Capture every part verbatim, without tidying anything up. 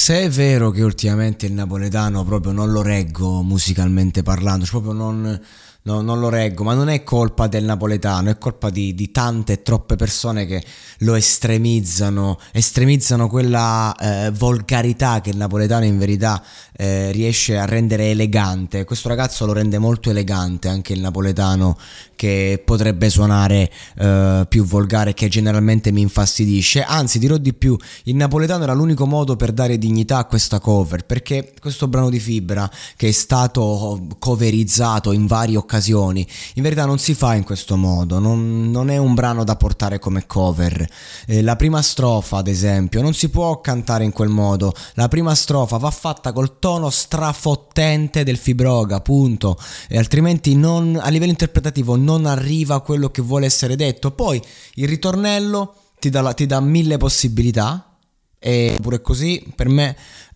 Se è vero che ultimamente il napoletano proprio non lo reggo musicalmente parlando, cioè proprio non, no- non lo reggo, ma non è colpa del napoletano, è colpa di, di tante e troppe persone che lo estremizzano, estremizzano quella eh, volgarità che il napoletano in verità eh, riesce a rendere elegante. Questo ragazzo lo rende molto elegante, anche il napoletano, che potrebbe suonare eh, più volgare, che generalmente mi infastidisce. Anzi, dirò di più, il napoletano era l'unico modo per dare dignità a questa cover, perché questo brano di Fibra, che è stato coverizzato in varie occasioni, in verità non si fa in questo modo, non, non è un brano da portare come cover. Eh, la prima strofa, ad esempio, non si può cantare in quel modo. La prima strofa va fatta col tono strafottente del Fibroga, punto, e altrimenti non, a livello interpretativo non arriva a quello che vuole essere detto. Poi il ritornello ti dà, la- ti dà mille possibilità, e pure così per me,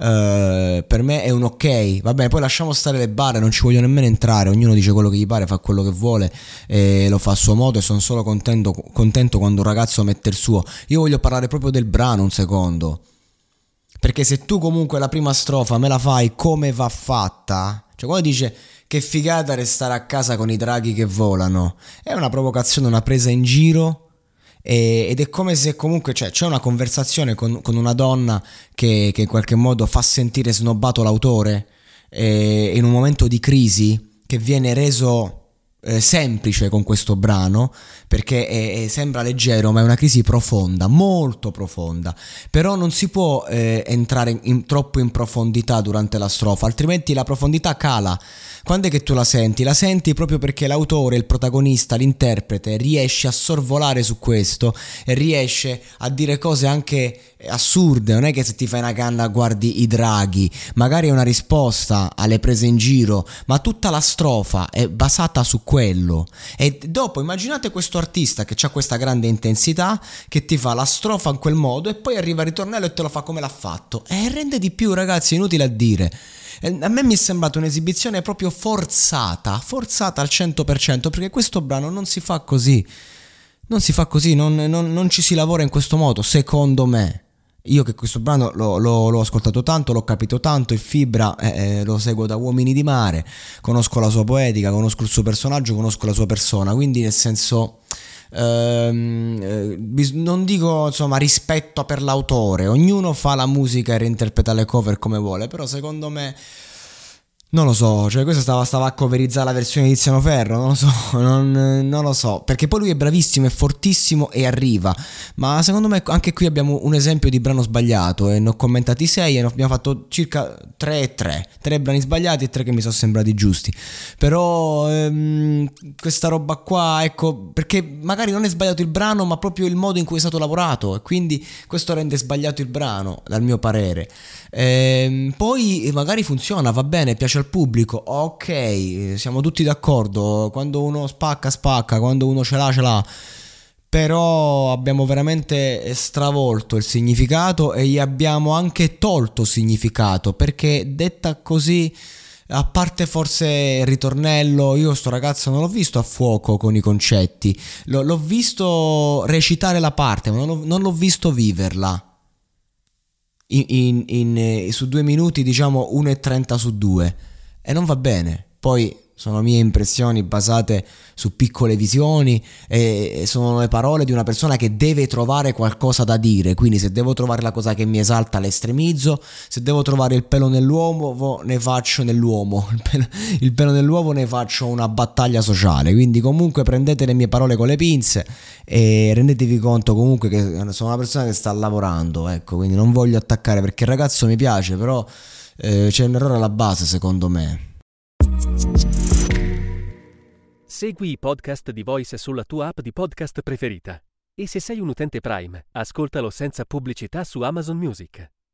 eh, per me è un ok. Va bene, poi lasciamo stare le bare, non ci voglio nemmeno entrare, ognuno dice quello che gli pare, fa quello che vuole e lo fa a suo modo, e sono solo contento, contento quando un ragazzo mette il suo. Io voglio parlare proprio del brano un secondo, perché se tu comunque la prima strofa me la fai come va fatta, cioè quando dice che figata restare a casa con i draghi che volano, è una provocazione, una presa in giro. E- ed è come se comunque cioè, c'è una conversazione con, con una donna che, che in qualche modo fa sentire snobbato l'autore, eh, in un momento di crisi che viene reso eh, semplice con questo brano, perché è- è- sembra leggero ma è una crisi profonda, molto profonda. Però non si può eh, entrare in- troppo in profondità durante la strofa, altrimenti la profondità cala. Quando è che tu la senti? La senti proprio perché l'autore, il protagonista, l'interprete riesce a sorvolare su questo e riesce a dire cose anche assurde. Non è che se ti fai una canna guardi i draghi, magari è una risposta alle prese in giro, ma tutta la strofa è basata su quello. E dopo immaginate questo artista che ha questa grande intensità, che ti fa la strofa in quel modo e poi arriva il ritornello e te lo fa come l'ha fatto, e rende di più, ragazzi, inutile a dire. E a me mi è sembrata un'esibizione proprio forzata, forzata al cento per cento, perché questo brano non si fa così, non si fa così, non, non- non ci si lavora in questo modo, secondo me. Io che questo brano l'ho, l'ho- l'ho ascoltato tanto, l'ho capito tanto, il Fibra eh, eh, lo seguo da Uomini di Mare, conosco la sua poetica, conosco il suo personaggio, conosco la sua persona, quindi nel senso... ehm, eh, bis- non dico insomma rispetto per l'autore, ognuno fa la musica e reinterpreta le cover come vuole, però secondo me non lo so, cioè questo stava, stava a coverizzare la versione di Tiziano Ferro, non lo so, non, non lo so, perché poi lui è bravissimo, è fortissimo e arriva, ma secondo me anche qui abbiamo un esempio di brano sbagliato, e ne ho commentati sei e ne abbiamo fatto circa tre e tre, tre brani sbagliati e tre che mi sono sembrati giusti. Però ehm, questa roba qua, ecco, perché magari non è sbagliato il brano, ma proprio il modo in cui è stato lavorato, e quindi questo rende sbagliato il brano, dal mio parere. Ehm, poi magari funziona, va bene, piace al pubblico, ok, siamo tutti d'accordo, quando uno spacca spacca, quando uno ce l'ha ce l'ha, però abbiamo veramente stravolto il significato e gli abbiamo anche tolto significato, perché detta così, a parte forse il ritornello, io sto ragazzo non l'ho visto a fuoco con i concetti, L'ho, l'ho visto recitare la parte, ma non l'ho, non l'ho visto viverla in, in- in, eh, su due minuti, diciamo uno e trenta su due, e non va bene. Poi sono mie impressioni basate su piccole visioni, e e sono le parole di una persona che deve trovare qualcosa da dire, quindi se devo trovare la cosa che mi esalta l'estremizzo, se devo trovare il pelo nell'uovo vo- ne faccio nell'uomo il pelo, il pelo nell'uovo ne faccio una battaglia sociale, quindi comunque prendete le mie parole con le pinze e rendetevi conto comunque che sono una persona che sta lavorando, ecco, quindi non voglio attaccare perché il ragazzo mi piace, però eh, c'è un errore alla base secondo me. Segui i podcast di Voice sulla tua app di podcast preferita. E se sei un utente Prime, ascoltalo senza pubblicità su Amazon Music.